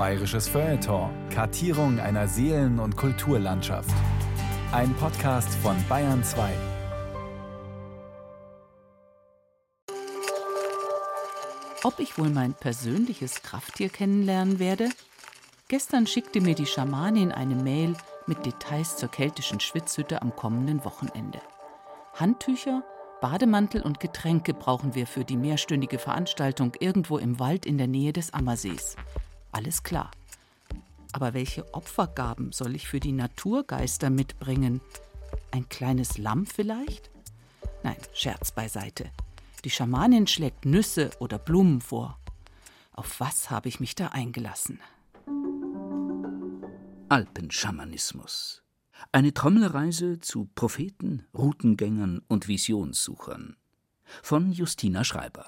Bayerisches Feuilleton. Kartierung einer Seelen- und Kulturlandschaft. Ein Podcast von Bayern 2. Ob ich wohl mein persönliches Krafttier kennenlernen werde? Gestern schickte mir die Schamanin eine Mail mit Details zur keltischen Schwitzhütte am kommenden Wochenende. Handtücher, Bademantel und Getränke brauchen wir für die mehrstündige Veranstaltung irgendwo im Wald in der Nähe des Ammersees. Alles klar. Aber welche Opfergaben soll ich für die Naturgeister mitbringen? Ein kleines Lamm vielleicht? Nein, Scherz beiseite. Die Schamanin schlägt Nüsse oder Blumen vor. Auf was habe ich mich da eingelassen? Alpenschamanismus. Eine Trommelreise zu Propheten, Routengängern und Visionssuchern. Von Justina Schreiber.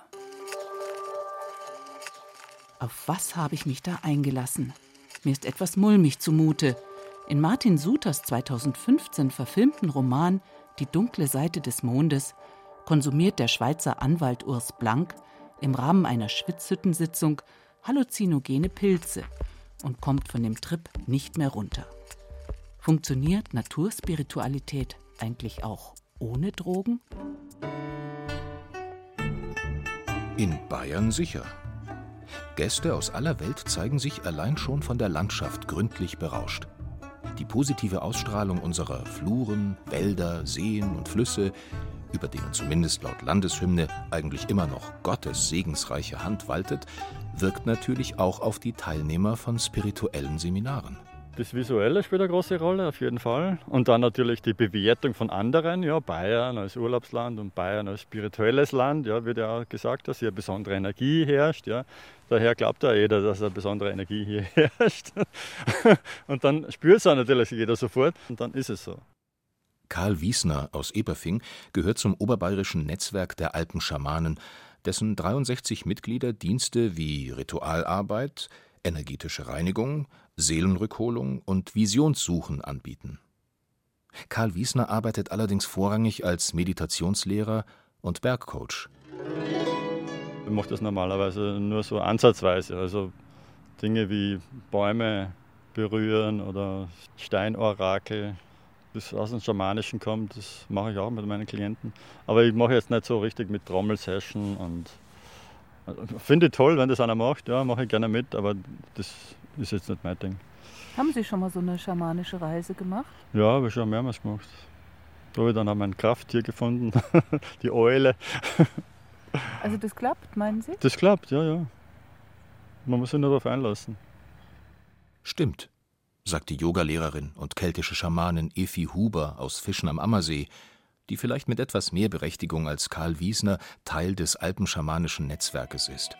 Auf was habe ich mich da eingelassen? Mir ist etwas mulmig zumute. In Martin Suters 2015 verfilmten Roman »Die dunkle Seite des Mondes« konsumiert der Schweizer Anwalt Urs Blank im Rahmen einer Schwitzhüttensitzung halluzinogene Pilze und kommt von dem Trip nicht mehr runter. Funktioniert Naturspiritualität eigentlich auch ohne Drogen? In Bayern sicher. Gäste aus aller Welt zeigen sich allein schon von der Landschaft gründlich berauscht. Die positive Ausstrahlung unserer Fluren, Wälder, Seen und Flüsse, über denen zumindest laut Landeshymne eigentlich immer noch Gottes segensreiche Hand waltet, wirkt natürlich auch auf die Teilnehmer von spirituellen Seminaren. Das Visuelle spielt eine große Rolle, auf jeden Fall. Und dann natürlich die Bewertung von anderen. Ja, Bayern als Urlaubsland und Bayern als spirituelles Land. Ja, wird ja auch gesagt, dass hier eine besondere Energie herrscht. Ja. Daher glaubt ja jeder, dass eine besondere Energie hier herrscht. Und dann spürt es auch natürlich jeder sofort. Und dann ist es so. Karl Wiesner aus Eberfing gehört zum oberbayerischen Netzwerk der Alpenschamanen, dessen 63 Mitglieder Dienste wie Ritualarbeit, energetische Reinigung, Seelenrückholung und Visionssuchen anbieten. Karl Wiesner arbeitet allerdings vorrangig als Meditationslehrer und Bergcoach. Ich mache das normalerweise nur so ansatzweise, also Dinge wie Bäume berühren oder Steinorakel, das aus dem Schamanischen kommt, das mache ich auch mit meinen Klienten. Aber ich mache jetzt nicht so richtig mit Trommelsession und finde ich toll, wenn das einer macht, ja, mache ich gerne mit, aber das ist jetzt nicht mein Ding. Haben Sie schon mal so eine schamanische Reise gemacht? Ja, habe ich schon mehrmals gemacht. Da habe ich dann auch mein Krafttier gefunden, die Eule. Also das klappt, meinen Sie? Das klappt, ja, ja. Man muss sich nur darauf einlassen. Stimmt, sagt die Yogalehrerin und keltische Schamanin Efi Huber aus Fischen am Ammersee, die vielleicht mit etwas mehr Berechtigung als Karl Wiesner Teil des alpenschamanischen Netzwerkes ist.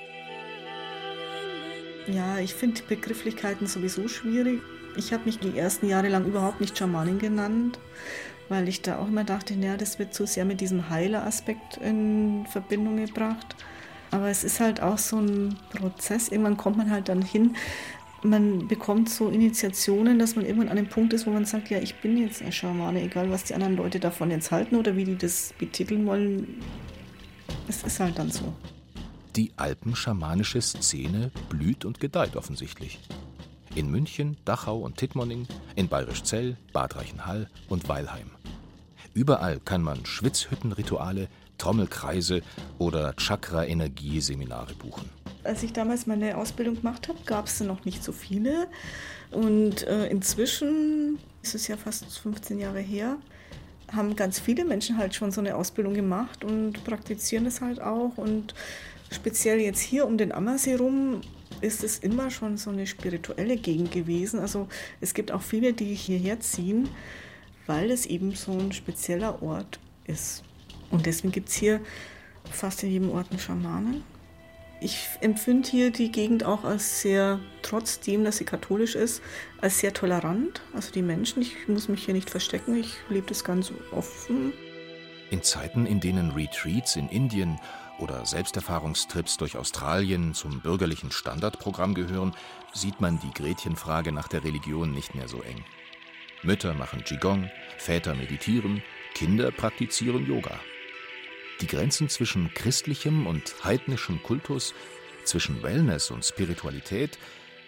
Ja, ich finde Begrifflichkeiten sowieso schwierig. Ich habe mich die ersten Jahre lang überhaupt nicht Schamanin genannt, weil ich da auch immer dachte, ja, das wird zu sehr mit diesem Heileraspekt in Verbindung gebracht. Aber es ist halt auch so ein Prozess. Irgendwann kommt man halt dann hin, man bekommt so Initiationen, dass man irgendwann an dem Punkt ist, wo man sagt, ja, ich bin jetzt ein Schamane, egal was die anderen Leute davon jetzt halten oder wie die das betiteln wollen. Es ist halt dann so. Die alpenschamanische Szene blüht und gedeiht offensichtlich. In München, Dachau und Tittmoning, in Bayrischzell, Bad Reichenhall und Weilheim. Überall kann man Schwitzhüttenrituale, Trommelkreise oder Chakra-Energie-Seminare buchen. Als ich damals meine Ausbildung gemacht habe, gab es noch nicht so viele. Und inzwischen, ist es ja fast 15 Jahre her, haben ganz viele Menschen halt schon so eine Ausbildung gemacht und praktizieren es halt auch. Und speziell jetzt hier um den Ammersee rum ist es immer schon so eine spirituelle Gegend gewesen. Also es gibt auch viele, die hierher ziehen, weil es eben so ein spezieller Ort ist. Und deswegen gibt es hier fast in jedem Ort einen Schamanen. Ich empfinde hier die Gegend auch als sehr, trotzdem, dass sie katholisch ist, als sehr tolerant. Also die Menschen, ich muss mich hier nicht verstecken, ich lebe das ganz offen. In Zeiten, in denen Retreats in Indien oder Selbsterfahrungstrips durch Australien zum bürgerlichen Standardprogramm gehören, sieht man die Gretchenfrage nach der Religion nicht mehr so eng. Mütter machen Qigong, Väter meditieren, Kinder praktizieren Yoga. Die Grenzen zwischen christlichem und heidnischem Kultus, zwischen Wellness und Spiritualität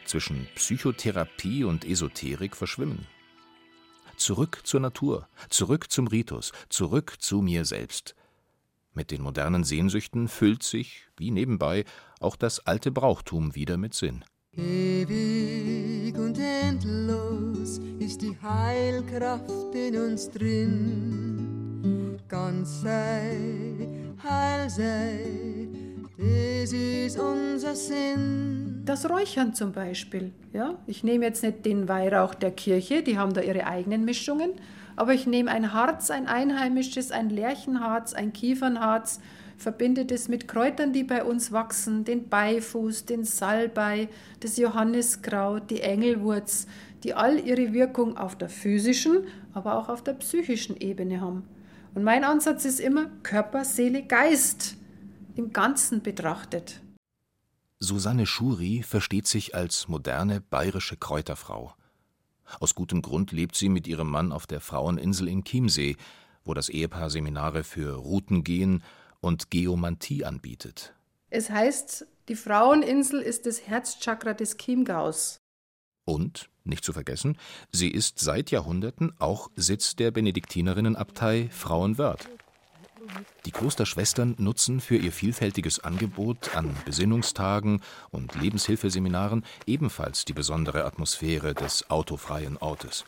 zwischen Psychotherapie und Esoterik verschwimmen. Zurück zur Natur, zurück zum Ritus, zurück zu mir selbst. Mit den modernen Sehnsüchten füllt sich, wie nebenbei, auch das alte Brauchtum wieder mit Sinn. Ewig und endlos ist die Heilkraft in uns drin. Ganz sei, heil sei, das ist unser Sinn. Das Räuchern zum Beispiel. Ja? Ich nehme jetzt nicht den Weihrauch der Kirche, die haben da ihre eigenen Mischungen, aber ich nehme ein Harz, ein einheimisches, ein Lärchenharz, ein Kiefernharz, verbinde das mit Kräutern, die bei uns wachsen, den Beifuß, den Salbei, das Johanniskraut, die Engelwurz, die all ihre Wirkung auf der physischen, aber auch auf der psychischen Ebene haben. Und mein Ansatz ist immer Körper, Seele, Geist im Ganzen betrachtet. Susanne Schuri versteht sich als moderne bayerische Kräuterfrau. Aus gutem Grund lebt sie mit ihrem Mann auf der Fraueninsel in Chiemsee, wo das Ehepaar Seminare für Routengehen und Geomantie anbietet. Es heißt, die Fraueninsel ist das Herzchakra des Chiemgaus. Und, nicht zu vergessen, sie ist seit Jahrhunderten auch Sitz der Benediktinerinnenabtei Frauenwörth. Die Klosterschwestern nutzen für ihr vielfältiges Angebot an Besinnungstagen und Lebenshilfeseminaren ebenfalls die besondere Atmosphäre des autofreien Ortes.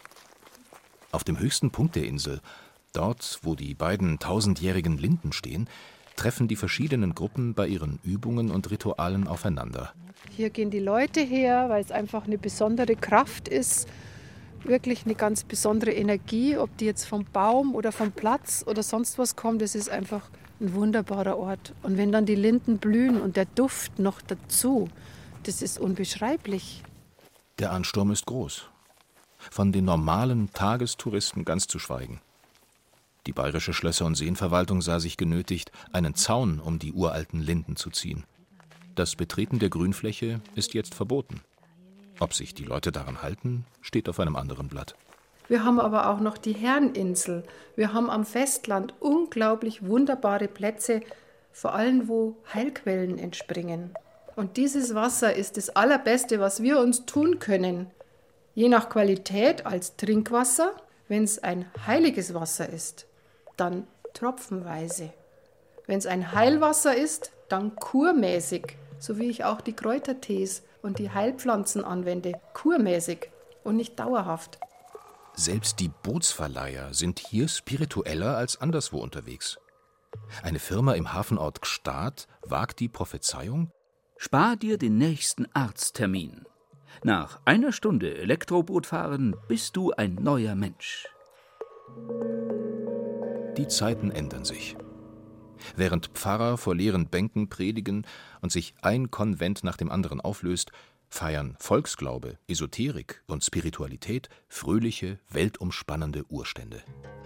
Auf dem höchsten Punkt der Insel, dort, wo die beiden 1000-jährigen Linden stehen, treffen die verschiedenen Gruppen bei ihren Übungen und Ritualen aufeinander. Hier gehen die Leute her, weil es einfach eine besondere Kraft ist, wirklich eine ganz besondere Energie, ob die jetzt vom Baum oder vom Platz oder sonst was kommt, das ist einfach ein wunderbarer Ort. Und wenn dann die Linden blühen und der Duft noch dazu, das ist unbeschreiblich. Der Ansturm ist groß. Von den normalen Tagestouristen ganz zu schweigen. Die bayerische Schlösser- und Seenverwaltung sah sich genötigt, einen Zaun um die uralten Linden zu ziehen. Das Betreten der Grünfläche ist jetzt verboten. Ob sich die Leute daran halten, steht auf einem anderen Blatt. Wir haben aber auch noch die Herreninsel. Wir haben am Festland unglaublich wunderbare Plätze, vor allem wo Heilquellen entspringen. Und dieses Wasser ist das Allerbeste, was wir uns tun können. Je nach Qualität als Trinkwasser, wenn es ein heiliges Wasser ist, dann tropfenweise. Wenn es ein Heilwasser ist, dann kurmäßig, so wie ich auch die Kräutertees und die Heilpflanzen anwende, kurmäßig und nicht dauerhaft. Selbst die Bootsverleiher sind hier spiritueller als anderswo unterwegs. Eine Firma im Hafenort Gstaad wagt die Prophezeiung: Spar dir den nächsten Arzttermin. Nach 1 Stunde Elektrobootfahren bist du ein neuer Mensch. Die Zeiten ändern sich. Während Pfarrer vor leeren Bänken predigen und sich ein Konvent nach dem anderen auflöst, feiern Volksglaube, Esoterik und Spiritualität fröhliche, weltumspannende Urstände.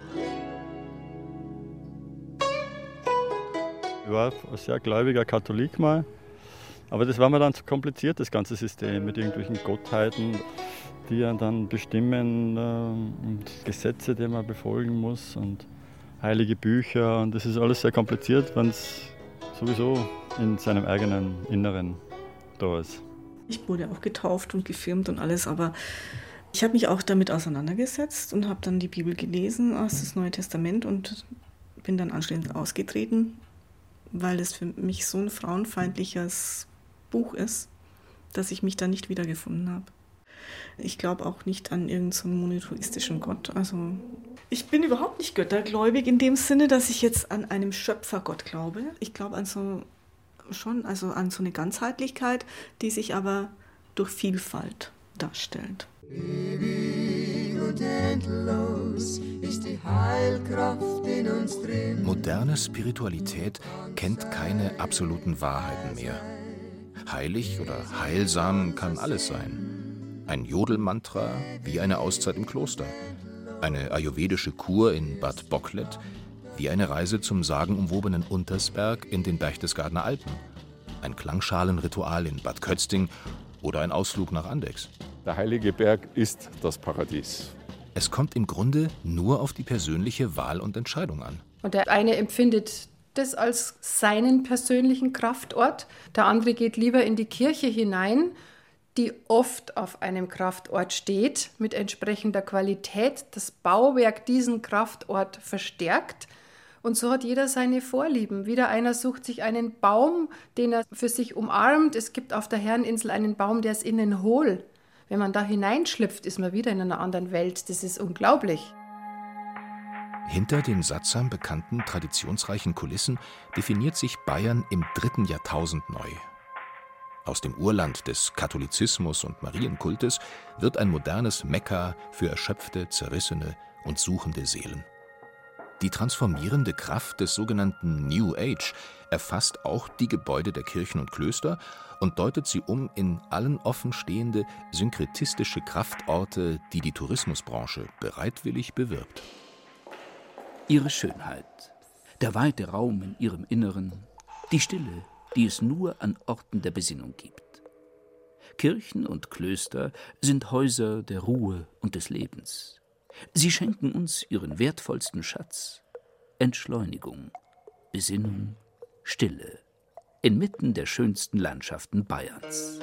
Ich war ein sehr gläubiger Katholik mal, aber das war mir dann zu kompliziert, das ganze System mit irgendwelchen Gottheiten, die ja dann bestimmen und Gesetze, die man befolgen muss und heilige Bücher, und das ist alles sehr kompliziert, wenn es sowieso in seinem eigenen Inneren da ist. Ich wurde auch getauft und gefirmt und alles, aber ich habe mich auch damit auseinandergesetzt und habe dann die Bibel gelesen aus das Neue Testament und bin dann anschließend ausgetreten, weil es für mich so ein frauenfeindliches Buch ist, dass ich mich da nicht wiedergefunden habe. Ich glaube auch nicht an irgendeinen so monotheistischen Gott. Also ich bin überhaupt nicht göttergläubig in dem Sinne, dass ich jetzt an einem Schöpfergott glaube. Ich glaube an so eine Ganzheitlichkeit, die sich aber durch Vielfalt darstellt. Ewig und endlos ist die Heilkraft in uns drin. Moderne Spiritualität kennt keine absoluten Wahrheiten mehr. Heilig oder heilsam kann alles sein. Ein Jodelmantra wie eine Auszeit im Kloster. Eine ayurvedische Kur in Bad Bocklet wie eine Reise zum sagenumwobenen Untersberg in den Berchtesgadener Alpen. Ein Klangschalenritual in Bad Kötzting oder ein Ausflug nach Andechs. Der Heilige Berg ist das Paradies. Es kommt im Grunde nur auf die persönliche Wahl und Entscheidung an. Und der eine empfindet das als seinen persönlichen Kraftort, der andere geht lieber in die Kirche hinein, die oft auf einem Kraftort steht, mit entsprechender Qualität, das Bauwerk diesen Kraftort verstärkt. Und so hat jeder seine Vorlieben. Wieder einer sucht sich einen Baum, den er für sich umarmt. Es gibt auf der Herreninsel einen Baum, der ist innen hohl. Wenn man da hineinschlüpft, ist man wieder in einer anderen Welt. Das ist unglaublich. Hinter den sattsam bekannten, traditionsreichen Kulissen definiert sich Bayern im 3. Jahrtausend neu. Aus dem Urland des Katholizismus und Marienkultes wird ein modernes Mekka für erschöpfte, zerrissene und suchende Seelen. Die transformierende Kraft des sogenannten New Age erfasst auch die Gebäude der Kirchen und Klöster und deutet sie um in allen offenstehende, synkretistische Kraftorte, die die Tourismusbranche bereitwillig bewirbt. Ihre Schönheit, der weite Raum in ihrem Inneren, die Stille, die es nur an Orten der Besinnung gibt. Kirchen und Klöster sind Häuser der Ruhe und des Lebens. Sie schenken uns ihren wertvollsten Schatz: Entschleunigung, Besinnung, Stille, inmitten der schönsten Landschaften Bayerns.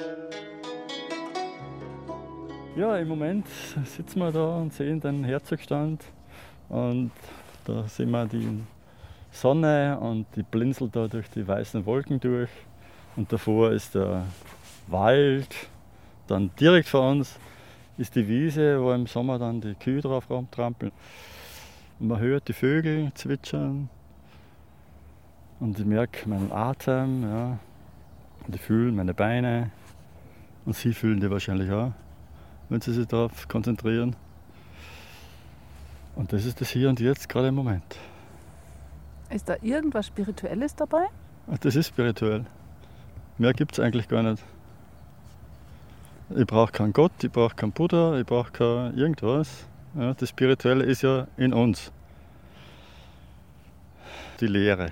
Ja, im Moment sitzen wir da und sehen den Herzogstand und da sehen wir die Sonne und die blinzelt da durch die weißen Wolken durch. Und davor ist der Wald. Dann direkt vor uns ist die Wiese, wo im Sommer dann die Kühe drauf rumtrampeln. Und man hört die Vögel zwitschern. Und ich merke meinen Atem. Ja. Und ich fühle meine Beine. Und Sie fühlen die wahrscheinlich auch, wenn Sie sich darauf konzentrieren. Und das ist das Hier und Jetzt, gerade im Moment. Ist da irgendwas Spirituelles dabei? Das ist spirituell. Mehr gibt es eigentlich gar nicht. Ich brauche keinen Gott, ich brauche keinen Buddha, ich brauche kein irgendwas. Ja, das Spirituelle ist ja in uns. Die Lehre.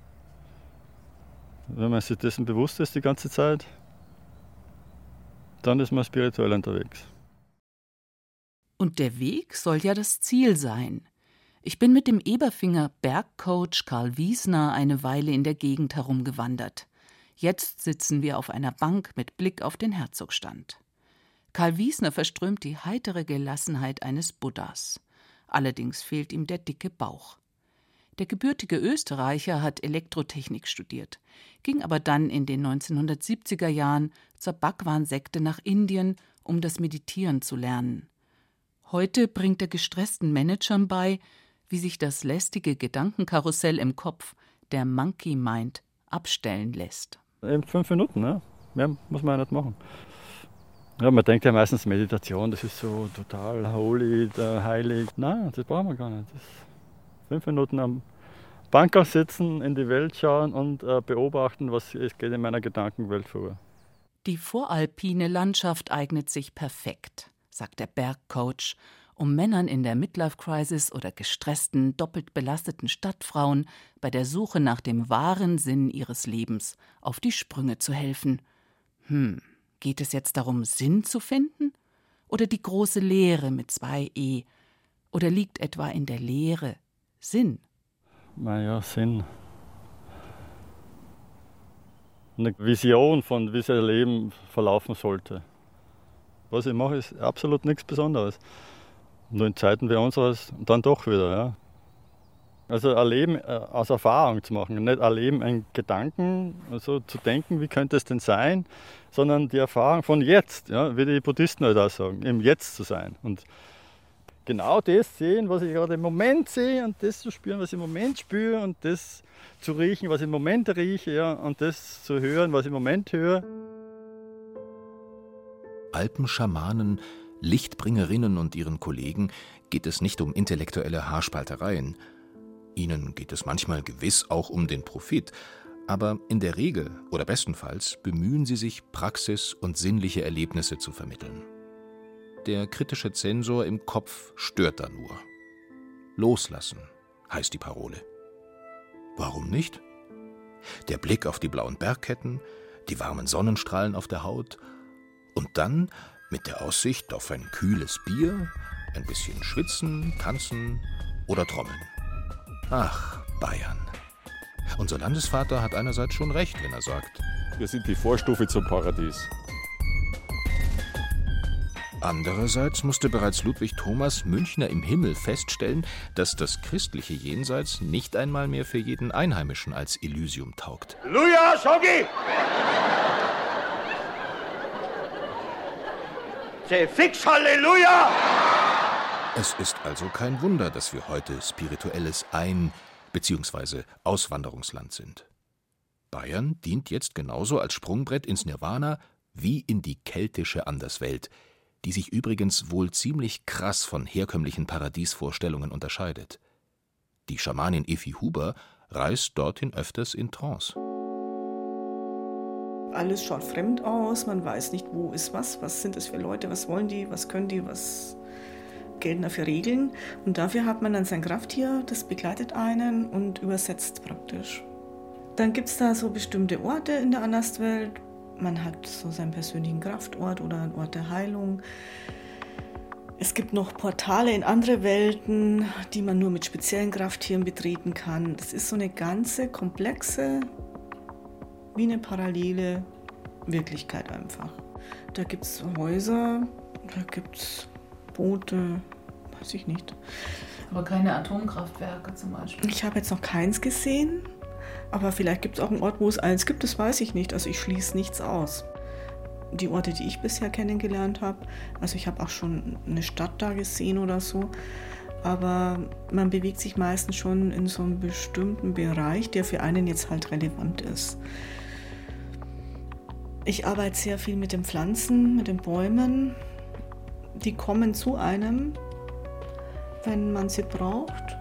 Wenn man sich dessen bewusst ist die ganze Zeit, dann ist man spirituell unterwegs. Und der Weg soll ja das Ziel sein. Ich bin mit dem Eberfinger Bergcoach Karl Wiesner eine Weile in der Gegend herumgewandert. Jetzt sitzen wir auf einer Bank mit Blick auf den Herzogstand. Karl Wiesner verströmt die heitere Gelassenheit eines Buddhas. Allerdings fehlt ihm der dicke Bauch. Der gebürtige Österreicher hat Elektrotechnik studiert, ging aber dann in den 1970er Jahren zur Bhagwan-Sekte nach Indien, um das Meditieren zu lernen. Heute bringt er gestressten Managern bei, wie sich das lästige Gedankenkarussell im Kopf, der Monkey Mind, abstellen lässt. Eben 5 Minuten, ne? Mehr muss man ja nicht machen. Ja, man denkt ja meistens, Meditation, das ist so total holy, heilig. Nein, das brauchen wir gar nicht. Das 5 Minuten am Bankerl sitzen, in die Welt schauen und beobachten, was geht in meiner Gedankenwelt vor. Die voralpine Landschaft eignet sich perfekt, sagt der Bergcoach, um Männern in der Midlife-Crisis oder gestressten, doppelt belasteten Stadtfrauen bei der Suche nach dem wahren Sinn ihres Lebens auf die Sprünge zu helfen. Geht es jetzt darum, Sinn zu finden? Oder die große Leere mit 2 E? Oder liegt etwa in der Leere Sinn? Naja, Sinn. Eine Vision von, wie sein Leben verlaufen sollte. Was ich mache, ist absolut nichts Besonderes. Nur in Zeiten wie unseres dann doch wieder. Ja. Also ein Leben aus Erfahrung zu machen, nicht ein Leben in Gedanken, also zu denken, wie könnte es denn sein, sondern die Erfahrung von jetzt, ja, wie die Buddhisten halt auch sagen, im Jetzt zu sein. Und genau das sehen, was ich gerade im Moment sehe und das zu spüren, was ich im Moment spüre und das zu riechen, was ich im Moment rieche, ja, und das zu hören, was ich im Moment höre. Alpenschamanen, Lichtbringerinnen und ihren Kollegen geht es nicht um intellektuelle Haarspaltereien. Ihnen geht es manchmal gewiss auch um den Profit, aber in der Regel oder bestenfalls bemühen sie sich, Praxis und sinnliche Erlebnisse zu vermitteln. Der kritische Zensor im Kopf stört da nur. Loslassen heißt die Parole. Warum nicht? Der Blick auf die blauen Bergketten, die warmen Sonnenstrahlen auf der Haut und dann mit der Aussicht auf ein kühles Bier, ein bisschen schwitzen, tanzen oder trommeln. Ach, Bayern. Unser Landesvater hat einerseits schon recht, wenn er sagt: Wir sind die Vorstufe zum Paradies. Andererseits musste bereits Ludwig Thomas Münchner im Himmel feststellen, dass das christliche Jenseits nicht einmal mehr für jeden Einheimischen als Elysium taugt. Halleluja, Schoggi! Say fix Halleluja! Es ist also kein Wunder, dass wir heute spirituelles Ein- bzw. Auswanderungsland sind. Bayern dient jetzt genauso als Sprungbrett ins Nirvana wie in die keltische Anderswelt, die sich übrigens wohl ziemlich krass von herkömmlichen Paradiesvorstellungen unterscheidet. Die Schamanin Effi Huber reist dorthin öfters in Trance. Alles schaut fremd aus, man weiß nicht, wo ist was sind das für Leute, was wollen die, was können die, was gelten da für Regeln. Und dafür hat man dann sein Krafttier, das begleitet einen und übersetzt praktisch. Dann gibt es da so bestimmte Orte in der Anderswelt. Man hat so seinen persönlichen Kraftort oder einen Ort der Heilung. Es gibt noch Portale in andere Welten, die man nur mit speziellen Krafttieren betreten kann. Das ist so eine ganze komplexe, wie eine parallele Wirklichkeit einfach. Da gibt es Häuser, da gibt es Boote, weiß ich nicht. Aber keine Atomkraftwerke zum Beispiel? Ich habe jetzt noch keins gesehen. Aber vielleicht gibt es auch einen Ort, wo es eins gibt, das weiß ich nicht. Also ich schließe nichts aus. Die Orte, die ich bisher kennengelernt habe, also ich habe auch schon eine Stadt da gesehen oder so, aber man bewegt sich meistens schon in so einem bestimmten Bereich, der für einen jetzt halt relevant ist. Ich arbeite sehr viel mit den Pflanzen, mit den Bäumen. Die kommen zu einem, wenn man sie braucht.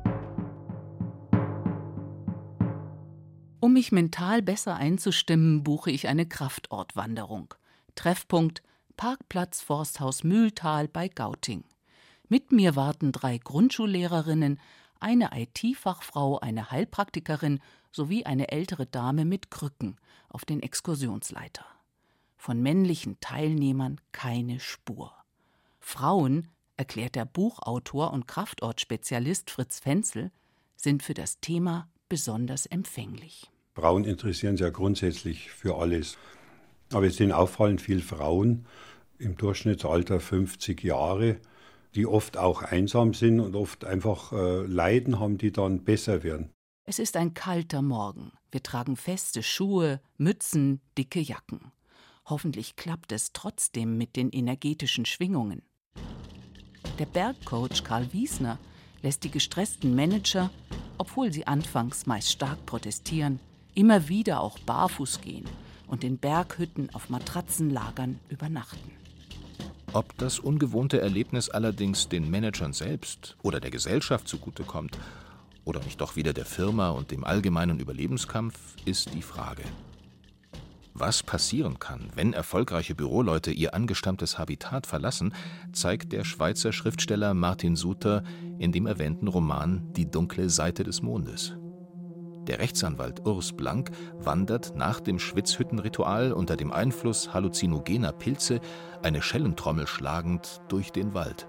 Um mich mental besser einzustimmen, buche ich eine Kraftortwanderung. Treffpunkt: Parkplatz Forsthaus Mühltal bei Gauting. Mit mir warten 3 Grundschullehrerinnen, eine IT-Fachfrau, eine Heilpraktikerin sowie eine ältere Dame mit Krücken auf den Exkursionsleiter. Von männlichen Teilnehmern keine Spur. Frauen, erklärt der Buchautor und Kraftortspezialist Fritz Fenzel, sind für das Thema besonders empfänglich. Frauen interessieren sich ja grundsätzlich für alles. Aber es sind auffallend viele Frauen im Durchschnittsalter 50 Jahre, die oft auch einsam sind und oft einfach Leiden haben, die dann besser werden. Es ist ein kalter Morgen. Wir tragen feste Schuhe, Mützen, dicke Jacken. Hoffentlich klappt es trotzdem mit den energetischen Schwingungen. Der Bergcoach Karl Wiesner lässt die gestressten Manager, obwohl sie anfangs meist stark protestieren, immer wieder auch barfuß gehen und in Berghütten auf Matratzenlagern übernachten. Ob das ungewohnte Erlebnis allerdings den Managern selbst oder der Gesellschaft zugutekommt oder nicht doch wieder der Firma und dem allgemeinen Überlebenskampf, ist die Frage. Was passieren kann, wenn erfolgreiche Büroleute ihr angestammtes Habitat verlassen, zeigt der Schweizer Schriftsteller Martin Suter in dem erwähnten Roman »Die dunkle Seite des Mondes«. Der Rechtsanwalt Urs Blank wandert nach dem Schwitzhüttenritual unter dem Einfluss halluzinogener Pilze eine Schellentrommel schlagend durch den Wald.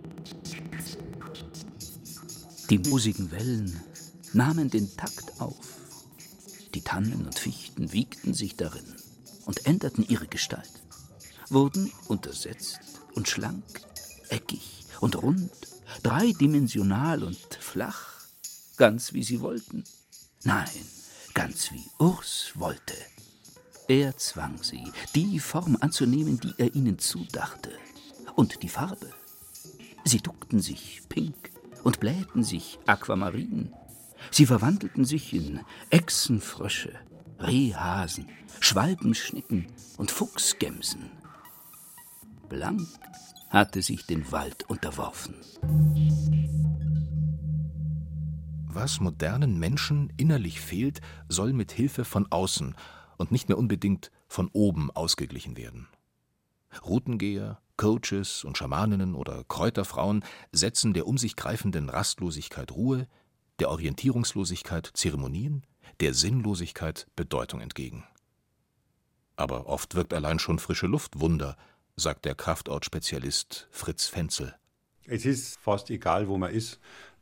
Die moosigen Wellen nahmen den Takt auf. Die Tannen und Fichten wiegten sich darin und änderten ihre Gestalt, wurden untersetzt und schlank, eckig und rund, dreidimensional und flach, ganz wie sie wollten. Nein, ganz wie Urs wollte. Er zwang sie, die Form anzunehmen, die er ihnen zudachte. Und die Farbe. Sie duckten sich pink und blähten sich aquamarin. Sie verwandelten sich in Echsenfrösche, Rehhasen, Schwalbenschnecken und Fuchsgämsen. Blank hatte sich dem Wald unterworfen. Was modernen Menschen innerlich fehlt, soll mit Hilfe von außen und nicht mehr unbedingt von oben ausgeglichen werden. Routengeher, Coaches und Schamaninnen oder Kräuterfrauen setzen der um sich greifenden Rastlosigkeit Ruhe, der Orientierungslosigkeit Zeremonien, der Sinnlosigkeit Bedeutung entgegen. Aber oft wirkt allein schon frische Luft Wunder, sagt der Kraftortspezialist Fritz Fenzel. Es ist fast egal, wo man ist.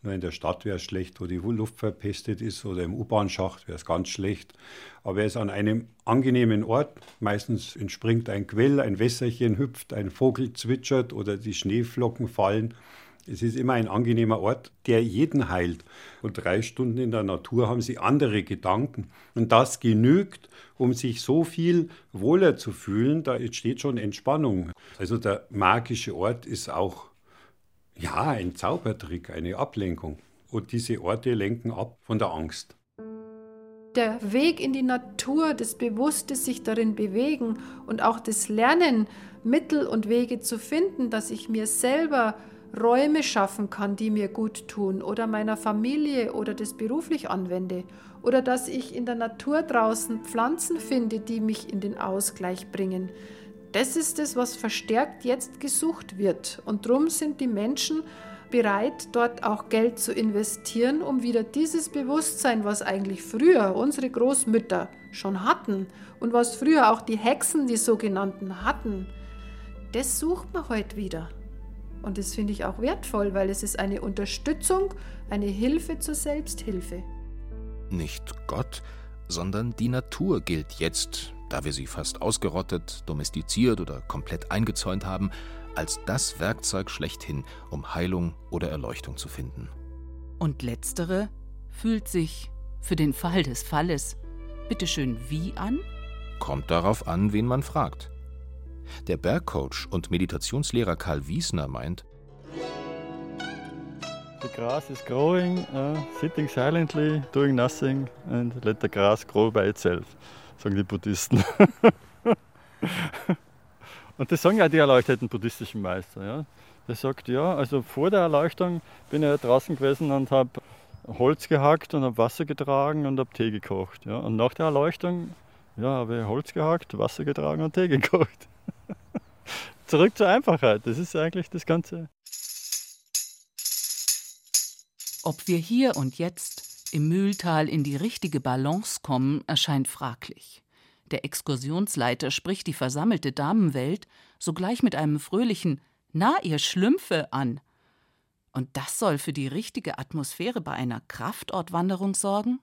Nur in der Stadt wäre es schlecht, wo die Luft verpestet ist, oder im U-Bahn-Schacht wäre es ganz schlecht. Aber er ist an einem angenehmen Ort. Meistens entspringt ein Quell, ein Wässerchen hüpft, ein Vogel zwitschert oder die Schneeflocken fallen. Es ist immer ein angenehmer Ort, der jeden heilt. Und 3 Stunden in der Natur haben sie andere Gedanken. Und das genügt, um sich so viel wohler zu fühlen. Da entsteht schon Entspannung. Also der magische Ort ist auch ein Zaubertrick, eine Ablenkung. Und diese Orte lenken ab von der Angst. Der Weg in die Natur, das bewusste sich darin bewegen und auch das Lernen, Mittel und Wege zu finden, dass ich mir selber Räume schaffen kann, die mir gut tun, oder meiner Familie oder das beruflich anwende, oder dass ich in der Natur draußen Pflanzen finde, die mich in den Ausgleich bringen. Das ist es, was verstärkt jetzt gesucht wird. Und darum sind die Menschen bereit, dort auch Geld zu investieren, um wieder dieses Bewusstsein, was eigentlich früher unsere Großmütter schon hatten und was früher auch die Hexen, die sogenannten, hatten, das sucht man heute wieder. Und das finde ich auch wertvoll, weil es ist eine Unterstützung, eine Hilfe zur Selbsthilfe. Nicht Gott, sondern die Natur gilt jetzt, da wir sie fast ausgerottet, domestiziert oder komplett eingezäunt haben, als das Werkzeug schlechthin, um Heilung oder Erleuchtung zu finden. Und letztere fühlt sich für den Fall des Falles bitteschön wie an? Kommt darauf an, wen man fragt. Der Bergcoach und Meditationslehrer Karl Wiesner meint: The grass is growing, sitting silently, doing nothing and let the grass grow by itself, sagen die Buddhisten. Und das sagen ja die erleuchteten buddhistischen Meister. Ja. Der sagt, also vor der Erleuchtung bin ich ja draußen gewesen und habe Holz gehackt und habe Wasser getragen und habe Tee gekocht. Ja. Und nach der Erleuchtung habe ich Holz gehackt, Wasser getragen und Tee gekocht. Zurück zur Einfachheit, das ist eigentlich das Ganze. Ob wir hier und jetzt im Mühltal in die richtige Balance kommen, erscheint fraglich. Der Exkursionsleiter spricht die versammelte Damenwelt sogleich mit einem fröhlichen »Na, ihr Schlümpfe« an. Und das soll für die richtige Atmosphäre bei einer Kraftortwanderung sorgen?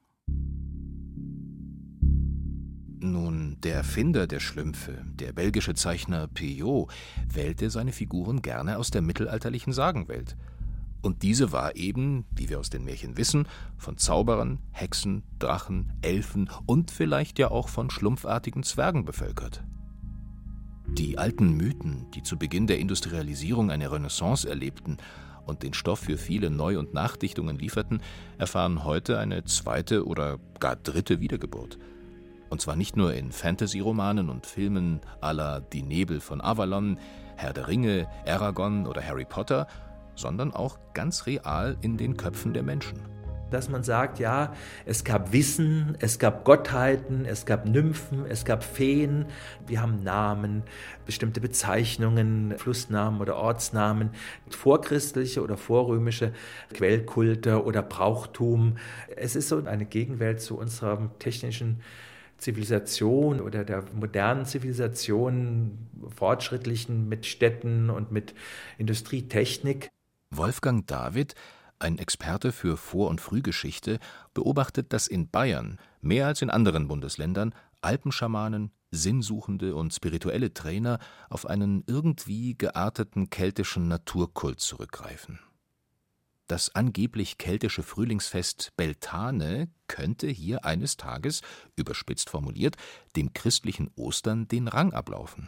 Nun, der Erfinder der Schlümpfe, der belgische Zeichner Pillot, wählte seine Figuren gerne aus der mittelalterlichen Sagenwelt. Und diese war eben, wie wir aus den Märchen wissen, von Zauberern, Hexen, Drachen, Elfen und vielleicht ja auch von schlumpfartigen Zwergen bevölkert. Die alten Mythen, die zu Beginn der Industrialisierung eine Renaissance erlebten und den Stoff für viele Neu- und Nachdichtungen lieferten, erfahren heute eine 2. oder gar 3. Wiedergeburt. Und zwar nicht nur in Fantasy-Romanen und Filmen à la Die Nebel von Avalon, Herr der Ringe, Eragon oder Harry Potter, sondern auch ganz real in den Köpfen der Menschen. Dass man sagt, ja, es gab Wissen, es gab Gottheiten, es gab Nymphen, es gab Feen, wir haben Namen, bestimmte Bezeichnungen, Flussnamen oder Ortsnamen, vorchristliche oder vorrömische Quellkulte oder Brauchtum. Es ist so eine Gegenwelt zu unserer technischen Zivilisation oder der modernen Zivilisation, fortschrittlichen mit Städten und mit Industrietechnik. Wolfgang David, ein Experte für Vor- und Frühgeschichte, beobachtet, dass in Bayern mehr als in anderen Bundesländern Alpenschamanen, Sinnsuchende und spirituelle Trainer auf einen irgendwie gearteten keltischen Naturkult zurückgreifen. Das angeblich keltische Frühlingsfest Beltane könnte hier eines Tages, überspitzt formuliert, dem christlichen Ostern den Rang ablaufen.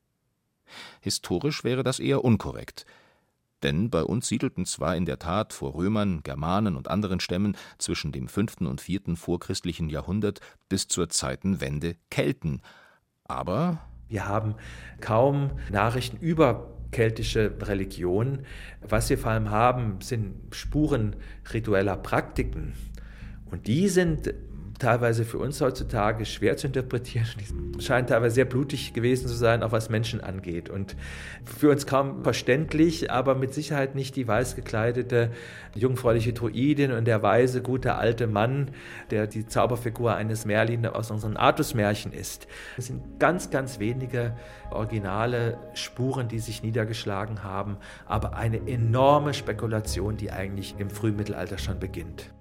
Historisch wäre das eher unkorrekt, denn bei uns siedelten zwar in der Tat vor Römern, Germanen und anderen Stämmen zwischen dem 5. und 4. vorchristlichen Jahrhundert bis zur Zeitenwende Kelten, aber wir haben kaum Nachrichten über keltische Religion. Was wir vor allem haben, sind Spuren ritueller Praktiken. Und die sind teilweise für uns heutzutage schwer zu interpretieren. Die scheinen teilweise sehr blutig gewesen zu sein, auch was Menschen angeht. Und für uns kaum verständlich, aber mit Sicherheit nicht die weiß gekleidete, jungfräuliche Druidin und der weise, gute alte Mann, der die Zauberfigur eines Merlin aus unseren Artus-Märchen ist. Es sind ganz, ganz wenige originale Spuren, die sich niedergeschlagen haben, aber eine enorme Spekulation, die eigentlich im Frühmittelalter schon beginnt.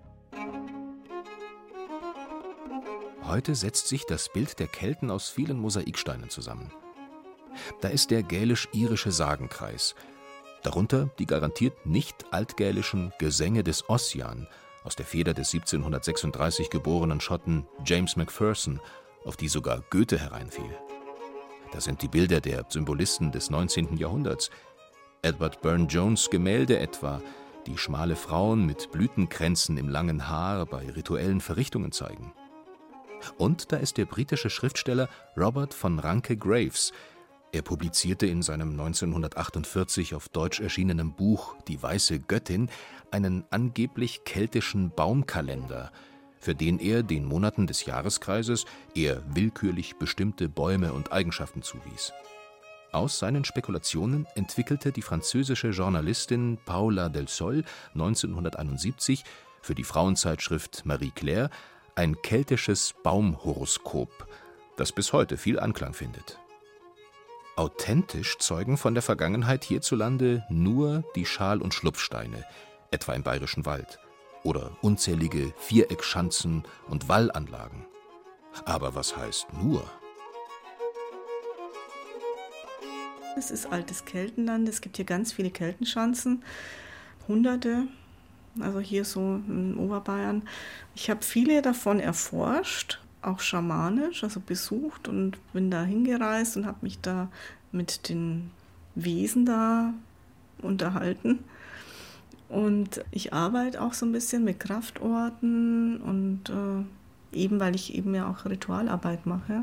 Heute setzt sich das Bild der Kelten aus vielen Mosaiksteinen zusammen. Da ist der gälisch-irische Sagenkreis, darunter die garantiert nicht altgälischen Gesänge des Ossian aus der Feder des 1736 geborenen Schotten James Macpherson, auf die sogar Goethe hereinfiel. Da sind die Bilder der Symbolisten des 19. Jahrhunderts, Edward Burne-Jones' Gemälde etwa, die schmale Frauen mit Blütenkränzen im langen Haar bei rituellen Verrichtungen zeigen. Und da ist der britische Schriftsteller Robert von Ranke-Graves. Er publizierte in seinem 1948 auf Deutsch erschienenen Buch »Die weiße Göttin« einen angeblich keltischen Baumkalender, für den er den Monaten des Jahreskreises eher willkürlich bestimmte Bäume und Eigenschaften zuwies. Aus seinen Spekulationen entwickelte die französische Journalistin Paula Del Sol 1971 für die Frauenzeitschrift Marie Claire ein keltisches Baumhoroskop, das bis heute viel Anklang findet. Authentisch zeugen von der Vergangenheit hierzulande nur die Schal- und Schlupfsteine, etwa im Bayerischen Wald, oder unzählige Viereckschanzen und Wallanlagen. Aber was heißt nur? Es ist altes Keltenland, es gibt hier ganz viele Keltenschanzen, Hunderte. Also hier so in Oberbayern. Ich habe viele davon erforscht, auch schamanisch, also besucht und bin da hingereist und habe mich da mit den Wesen da unterhalten. Und ich arbeite auch so ein bisschen mit Kraftorten und eben, weil ich eben ja auch Ritualarbeit mache.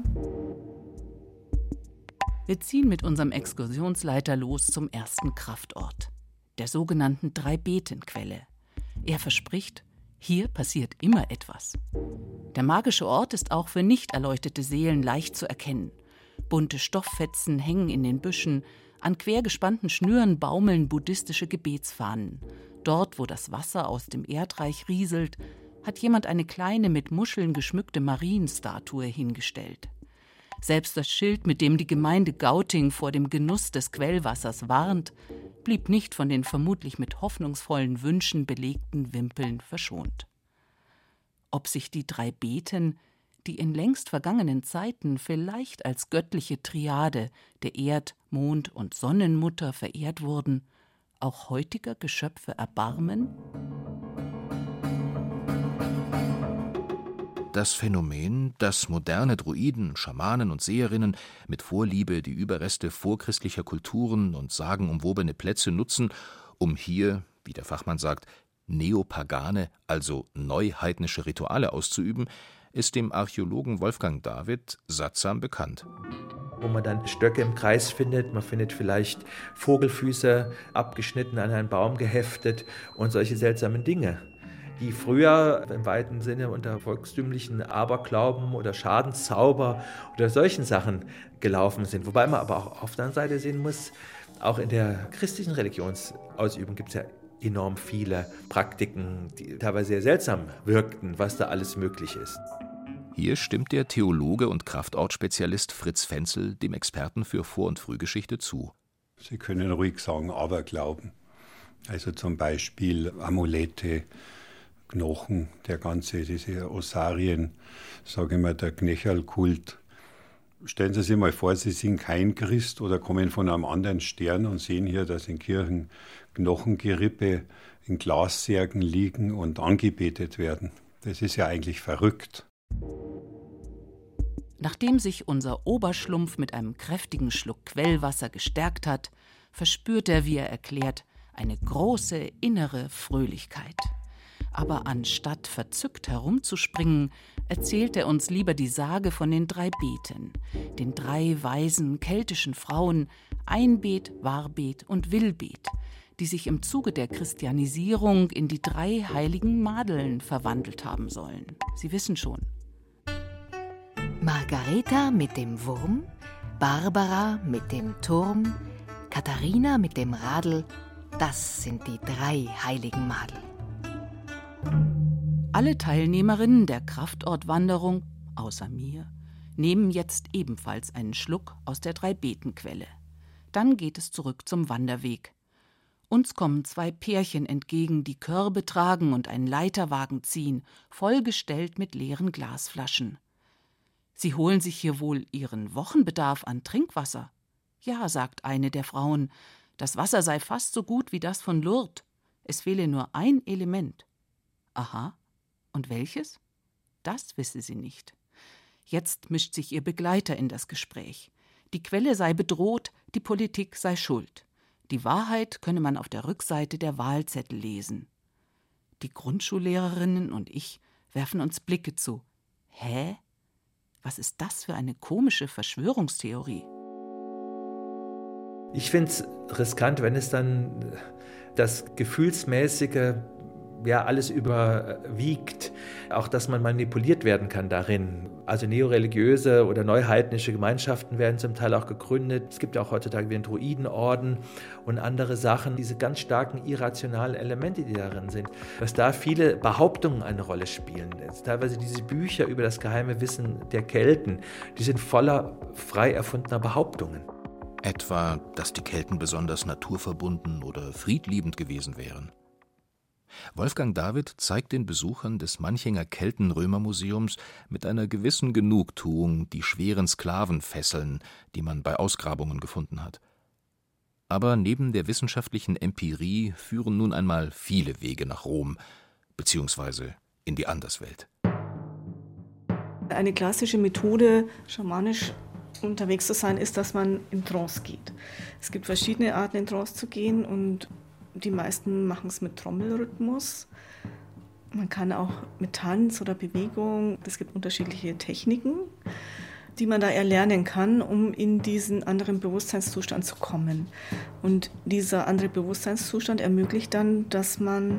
Wir ziehen mit unserem Exkursionsleiter los zum ersten Kraftort, der sogenannten Drei-Beten-Quelle. Er verspricht, hier passiert immer etwas. Der magische Ort ist auch für nicht erleuchtete Seelen leicht zu erkennen. Bunte Stofffetzen hängen in den Büschen, an quergespannten Schnüren baumeln buddhistische Gebetsfahnen. Dort, wo das Wasser aus dem Erdreich rieselt, hat jemand eine kleine mit Muscheln geschmückte Marienstatue hingestellt. Selbst das Schild, mit dem die Gemeinde Gauting vor dem Genuss des Quellwassers warnt, blieb nicht von den vermutlich mit hoffnungsvollen Wünschen belegten Wimpeln verschont. Ob sich die drei Beten, die in längst vergangenen Zeiten vielleicht als göttliche Triade der Erd-, Mond- und Sonnenmutter verehrt wurden, auch heutiger Geschöpfe erbarmen? Das Phänomen, dass moderne Druiden, Schamanen und Seherinnen mit Vorliebe die Überreste vorchristlicher Kulturen und sagenumwobene Plätze nutzen, um hier, wie der Fachmann sagt, neopagane, also neuheidnische Rituale auszuüben, ist dem Archäologen Wolfgang David sattsam bekannt. Wo man dann Stöcke im Kreis findet, man findet vielleicht Vogelfüße abgeschnitten an einen Baum geheftet und solche seltsamen Dinge, die früher im weiten Sinne unter volkstümlichen Aberglauben oder Schadenszauber oder solchen Sachen gelaufen sind. Wobei man aber auch auf der anderen Seite sehen muss, auch in der christlichen Religionsausübung gibt es ja enorm viele Praktiken, die teilweise sehr seltsam wirkten, was da alles möglich ist. Hier stimmt der Theologe und Kraftortspezialist Fritz Fenzel dem Experten für Vor- und Frühgeschichte zu. Sie können ruhig sagen Aberglauben. Also zum Beispiel Amulette, Knochen, diese Osarien, sage ich mal, der Knöchelkult. Stellen Sie sich mal vor, Sie sind kein Christ oder kommen von einem anderen Stern und sehen hier, dass in Kirchen Knochengerippe in Glassärgen liegen und angebetet werden. Das ist ja eigentlich verrückt. Nachdem sich unser Oberschlumpf mit einem kräftigen Schluck Quellwasser gestärkt hat, verspürt er, wie er erklärt, eine große innere Fröhlichkeit. Aber anstatt verzückt herumzuspringen, erzählt er uns lieber die Sage von den drei Beten, den drei weisen keltischen Frauen Einbet, Warbet und Willbet, die sich im Zuge der Christianisierung in die drei heiligen Madeln verwandelt haben sollen. Sie wissen schon, Margareta mit dem Wurm, Barbara mit dem Turm, Katharina mit dem Radl, das sind die 3 heiligen Madel. Alle Teilnehmerinnen der Kraftortwanderung, außer mir, nehmen jetzt ebenfalls einen Schluck aus der 3-Beten-Quelle. Dann geht es zurück zum Wanderweg. Uns kommen 2 Pärchen entgegen, die Körbe tragen und einen Leiterwagen ziehen, vollgestellt mit leeren Glasflaschen. Sie holen sich hier wohl ihren Wochenbedarf an Trinkwasser. Ja, sagt eine der Frauen, das Wasser sei fast so gut wie das von Lourdes. Es fehle nur ein Element. Aha, und welches? Das wisse sie nicht. Jetzt mischt sich ihr Begleiter in das Gespräch. Die Quelle sei bedroht, die Politik sei schuld. Die Wahrheit könne man auf der Rückseite der Wahlzettel lesen. Die Grundschullehrerinnen und ich werfen uns Blicke zu. Hä? Was ist das für eine komische Verschwörungstheorie? Ich finde es riskant, wenn es dann das Gefühlsmäßige alles überwiegt, auch dass man manipuliert werden kann darin. Also neoreligiöse oder neuheidnische Gemeinschaften werden zum Teil auch gegründet. Es gibt ja auch heutzutage wie einen Druidenorden und andere Sachen, diese ganz starken irrationalen Elemente, die darin sind. Dass da viele Behauptungen eine Rolle spielen. Jetzt teilweise diese Bücher über das geheime Wissen der Kelten, die sind voller frei erfundener Behauptungen. Etwa, dass die Kelten besonders naturverbunden oder friedliebend gewesen wären. Wolfgang David zeigt den Besuchern des Manchinger Kelten-Römer-Museums mit einer gewissen Genugtuung die schweren Sklavenfesseln, die man bei Ausgrabungen gefunden hat. Aber neben der wissenschaftlichen Empirie führen nun einmal viele Wege nach Rom, beziehungsweise in die Anderswelt. Eine klassische Methode, schamanisch unterwegs zu sein, ist, dass man in Trance geht. Es gibt verschiedene Arten, in Trance zu gehen, und die meisten machen es mit Trommelrhythmus. Man kann auch mit Tanz oder Bewegung, es gibt unterschiedliche Techniken, die man da erlernen kann, um in diesen anderen Bewusstseinszustand zu kommen. Und dieser andere Bewusstseinszustand ermöglicht dann, dass man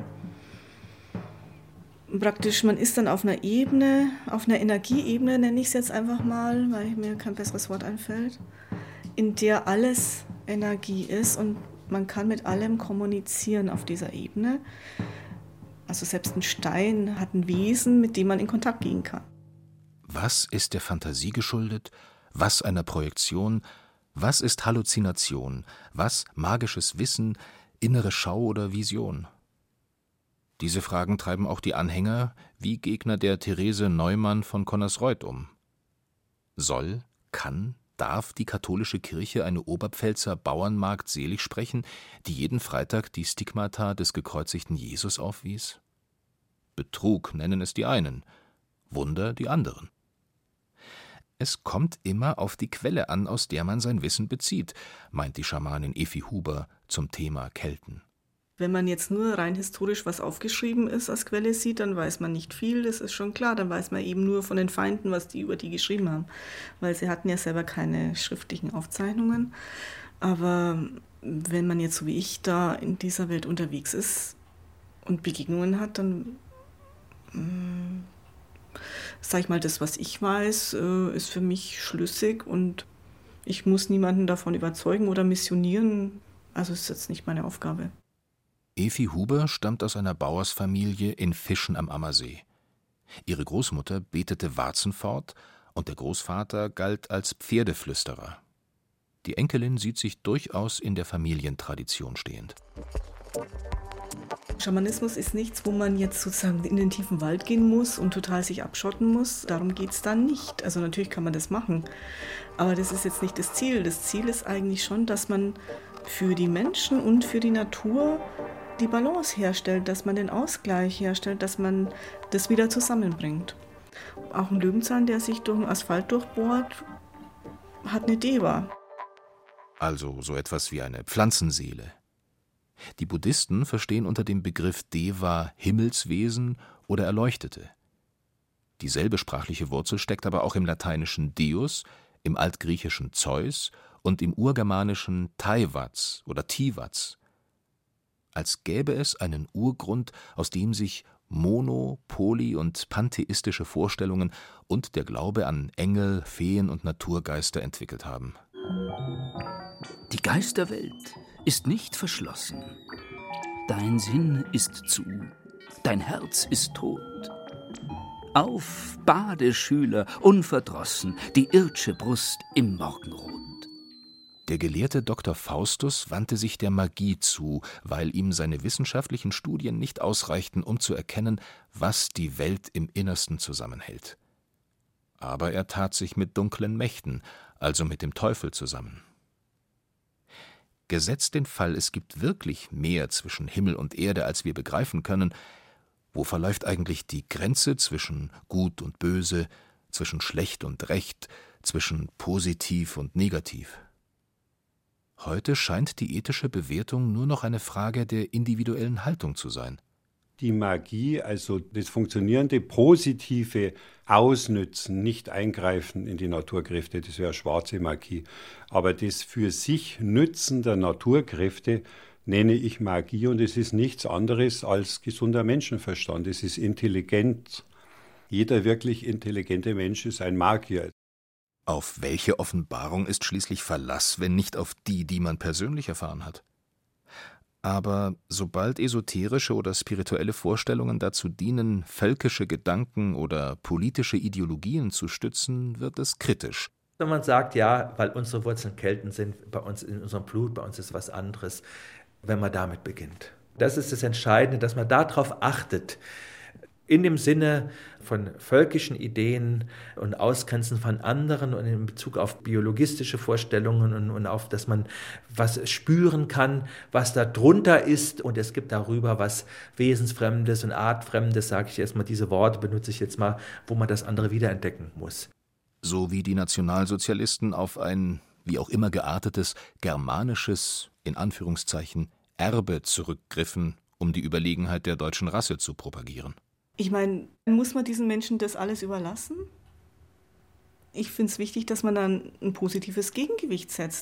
ist dann auf einer Ebene, auf einer Energieebene, nenne ich es jetzt einfach mal, weil mir kein besseres Wort einfällt, in der alles Energie ist und man kann mit allem kommunizieren auf dieser Ebene. Also selbst ein Stein hat ein Wesen, mit dem man in Kontakt gehen kann. Was ist der Fantasie geschuldet? Was einer Projektion? Was ist Halluzination? Was magisches Wissen, innere Schau oder Vision? Diese Fragen treiben auch die Anhänger wie Gegner der Therese Neumann von Connersreuth um. Soll, kann, darf die katholische Kirche eine Oberpfälzer Bauernmagd selig sprechen, die jeden Freitag die Stigmata des gekreuzigten Jesus aufwies? Betrug nennen es die einen, Wunder die anderen. Es kommt immer auf die Quelle an, aus der man sein Wissen bezieht, meint die Schamanin Effi Huber zum Thema Kelten. Wenn man jetzt nur rein historisch was aufgeschrieben ist als Quelle sieht, dann weiß man nicht viel, das ist schon klar. Dann weiß man eben nur von den Feinden, was die über die geschrieben haben. Weil sie hatten ja selber keine schriftlichen Aufzeichnungen. Aber wenn man jetzt so wie ich da in dieser Welt unterwegs ist und Begegnungen hat, dann sag ich mal, das, was ich weiß, ist für mich schlüssig und ich muss niemanden davon überzeugen oder missionieren. Also ist jetzt nicht meine Aufgabe. Effi Huber stammt aus einer Bauersfamilie in Fischen am Ammersee. Ihre Großmutter betete Warzen fort und der Großvater galt als Pferdeflüsterer. Die Enkelin sieht sich durchaus in der Familientradition stehend. Schamanismus ist nichts, wo man jetzt sozusagen in den tiefen Wald gehen muss und total sich abschotten muss. Darum geht es dann nicht. Also natürlich kann man das machen, aber das ist jetzt nicht das Ziel. Das Ziel ist eigentlich schon, dass man für die Menschen und für die Natur die Balance herstellt, dass man den Ausgleich herstellt, dass man das wieder zusammenbringt. Auch ein Löwenzahn, der sich durch den Asphalt durchbohrt, hat eine Deva. Also so etwas wie eine Pflanzenseele. Die Buddhisten verstehen unter dem Begriff Deva Himmelswesen oder Erleuchtete. Dieselbe sprachliche Wurzel steckt aber auch im lateinischen Deus, im altgriechischen Zeus und im urgermanischen Taiwatz oder Tiwatz. Als gäbe es einen Urgrund, aus dem sich mono-, poly- und pantheistische Vorstellungen und der Glaube an Engel, Feen und Naturgeister entwickelt haben. Die Geisterwelt ist nicht verschlossen. Dein Sinn ist zu, dein Herz ist tot. Auf, bade, Schüler, unverdrossen, die ird'sche Brust im Morgenrot. Der Gelehrte Dr. Faustus wandte sich der Magie zu, weil ihm seine wissenschaftlichen Studien nicht ausreichten, um zu erkennen, was die Welt im Innersten zusammenhält. Aber er tat sich mit dunklen Mächten, also mit dem Teufel, zusammen. Gesetzt den Fall, es gibt wirklich mehr zwischen Himmel und Erde, als wir begreifen können, wo verläuft eigentlich die Grenze zwischen Gut und Böse, zwischen Schlecht und Recht, zwischen Positiv und Negativ? Heute scheint die ethische Bewertung nur noch eine Frage der individuellen Haltung zu sein. Die Magie, also das funktionierende positive Ausnützen, nicht eingreifen in die Naturkräfte, das wäre schwarze Magie. Aber das für sich Nützen der Naturkräfte nenne ich Magie, und es ist nichts anderes als gesunder Menschenverstand. Es ist Intelligenz. Jeder wirklich intelligente Mensch ist ein Magier. Auf welche Offenbarung ist schließlich Verlass, wenn nicht auf die, die man persönlich erfahren hat? Aber sobald esoterische oder spirituelle Vorstellungen dazu dienen, völkische Gedanken oder politische Ideologien zu stützen, wird es kritisch. Wenn man sagt, ja, weil unsere Wurzeln Kelten sind, bei uns in unserem Blut, bei uns ist was anderes, wenn man damit beginnt. Das ist das Entscheidende, dass man darauf achtet, in dem Sinne von völkischen Ideen und Ausgrenzen von anderen und in Bezug auf biologistische Vorstellungen und auf, dass man was spüren kann, was da drunter ist, und es gibt darüber was Wesensfremdes und Artfremdes, sage ich erstmal, diese Worte benutze ich jetzt mal, wo man das andere wiederentdecken muss. So wie die Nationalsozialisten auf ein, wie auch immer geartetes, germanisches, in Anführungszeichen, Erbe zurückgriffen, um die Überlegenheit der deutschen Rasse zu propagieren. Ich meine, muss man diesen Menschen das alles überlassen? Ich finde es wichtig, dass man dann ein positives Gegengewicht setzt.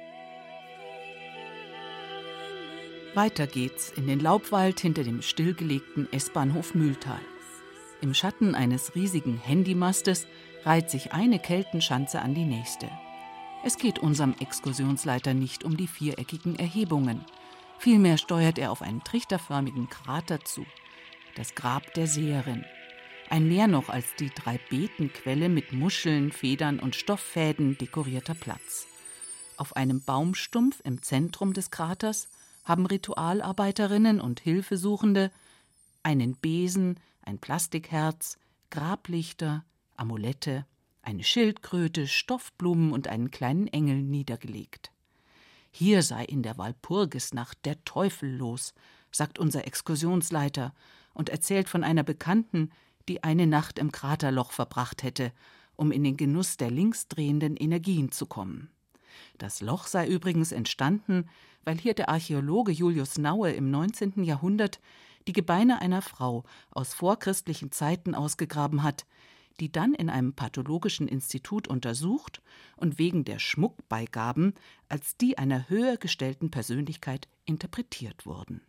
Weiter geht's in den Laubwald hinter dem stillgelegten S-Bahnhof Mühltal. Im Schatten eines riesigen Handymastes reiht sich eine Keltenschanze an die nächste. Es geht unserem Exkursionsleiter nicht um die viereckigen Erhebungen. Vielmehr steuert er auf einen trichterförmigen Krater zu. Das Grab der Seherin. Ein mehr noch als die 3-Beten-Quelle mit Muscheln, Federn und Stofffäden dekorierter Platz. Auf einem Baumstumpf im Zentrum des Kraters haben Ritualarbeiterinnen und Hilfesuchende einen Besen, ein Plastikherz, Grablichter, Amulette, eine Schildkröte, Stoffblumen und einen kleinen Engel niedergelegt. Hier sei in der Walpurgisnacht der Teufel los, sagt unser Exkursionsleiter und erzählt von einer Bekannten, die eine Nacht im Kraterloch verbracht hätte, um in den Genuss der linksdrehenden Energien zu kommen. Das Loch sei übrigens entstanden, weil hier der Archäologe Julius Naue im 19. Jahrhundert die Gebeine einer Frau aus vorchristlichen Zeiten ausgegraben hat, die dann in einem pathologischen Institut untersucht und wegen der Schmuckbeigaben als die einer höher gestellten Persönlichkeit interpretiert wurden.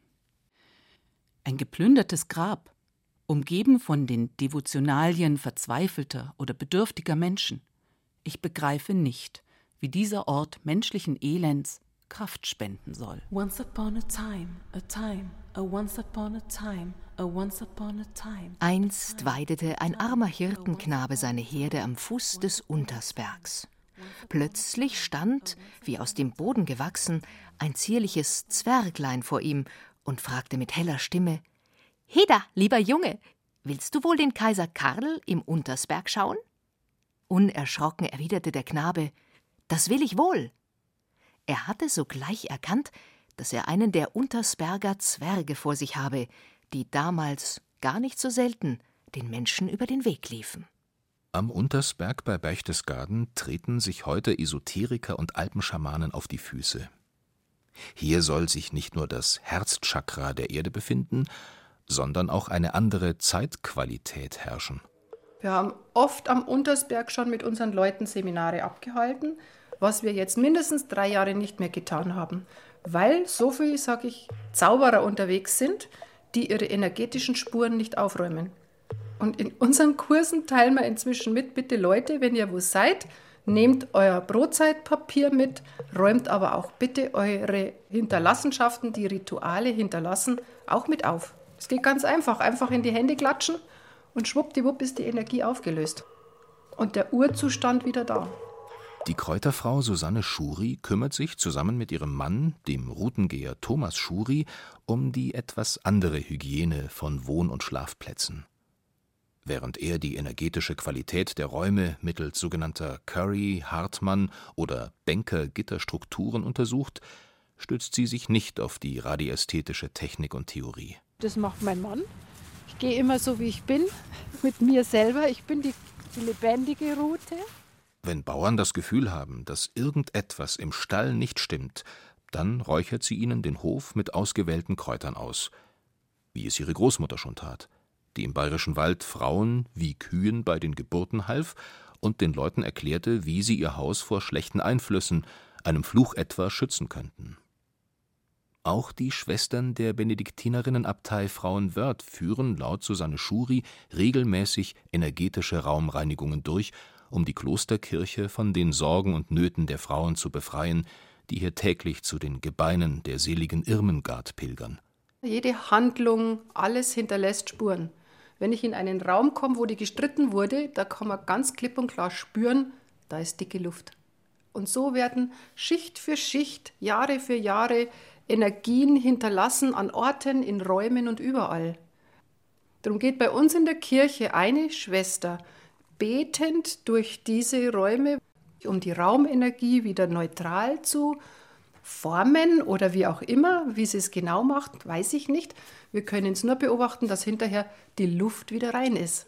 Ein geplündertes Grab, umgeben von den Devotionalien verzweifelter oder bedürftiger Menschen. Ich begreife nicht, wie dieser Ort menschlichen Elends Kraft spenden soll. Once upon a time, a time, a once upon a time, a once upon a time. Einst weidete ein armer Hirtenknabe seine Herde am Fuß des Untersbergs. Plötzlich stand, wie aus dem Boden gewachsen, ein zierliches Zwerglein vor ihm und fragte mit heller Stimme: »Heda, lieber Junge, willst du wohl den Kaiser Karl im Untersberg schauen?« Unerschrocken erwiderte der Knabe: »Das will ich wohl.« Er hatte sogleich erkannt, dass er einen der Untersberger Zwerge vor sich habe, die damals, gar nicht so selten, den Menschen über den Weg liefen. Am Untersberg bei Berchtesgaden treten sich heute Esoteriker und Alpenschamanen auf die Füße. Hier soll sich nicht nur das Herzchakra der Erde befinden, sondern auch eine andere Zeitqualität herrschen. Wir haben oft am Untersberg schon mit unseren Leuten Seminare abgehalten, was wir jetzt mindestens 3 Jahre nicht mehr getan haben, weil so viele, sage ich, Zauberer unterwegs sind, die ihre energetischen Spuren nicht aufräumen. Und in unseren Kursen teilen wir inzwischen mit, bitte Leute, wenn ihr wo seid, nehmt euer Brotzeitpapier mit, räumt aber auch bitte eure Hinterlassenschaften, die Rituale hinterlassen, auch mit auf. Es geht ganz einfach in die Hände klatschen und schwuppdiwupp ist die Energie aufgelöst. Und der Urzustand wieder da. Die Kräuterfrau Susanne Schuri kümmert sich zusammen mit ihrem Mann, dem Routengeher Thomas Schuri, um die etwas andere Hygiene von Wohn- und Schlafplätzen. Während er die energetische Qualität der Räume mittels sogenannter Curry-, Hartmann- oder Benker-Gitterstrukturen untersucht, stützt sie sich nicht auf die radiästhetische Technik und Theorie. Das macht mein Mann. Ich gehe immer so, wie ich bin, mit mir selber. Ich bin die lebendige Rute. Wenn Bauern das Gefühl haben, dass irgendetwas im Stall nicht stimmt, dann räuchert sie ihnen den Hof mit ausgewählten Kräutern aus, wie es ihre Großmutter schon tat, die im Bayerischen Wald Frauen wie Kühen bei den Geburten half und den Leuten erklärte, wie sie ihr Haus vor schlechten Einflüssen, einem Fluch etwa, schützen könnten. Auch die Schwestern der Benediktinerinnenabtei Frauenwörth führen laut Susanne Schuri regelmäßig energetische Raumreinigungen durch, um die Klosterkirche von den Sorgen und Nöten der Frauen zu befreien, die hier täglich zu den Gebeinen der seligen Irmengard pilgern. Jede Handlung, alles hinterlässt Spuren. Wenn ich in einen Raum komme, wo die gestritten wurde, da kann man ganz klipp und klar spüren, da ist dicke Luft. Und so werden Schicht für Schicht, Jahre für Jahre Energien hinterlassen an Orten, in Räumen und überall. Darum geht bei uns in der Kirche eine Schwester betend durch diese Räume, um die Raumenergie wieder neutral zu formen oder wie auch immer, wie sie es genau macht, weiß ich nicht. Wir können es nur beobachten, dass hinterher die Luft wieder rein ist.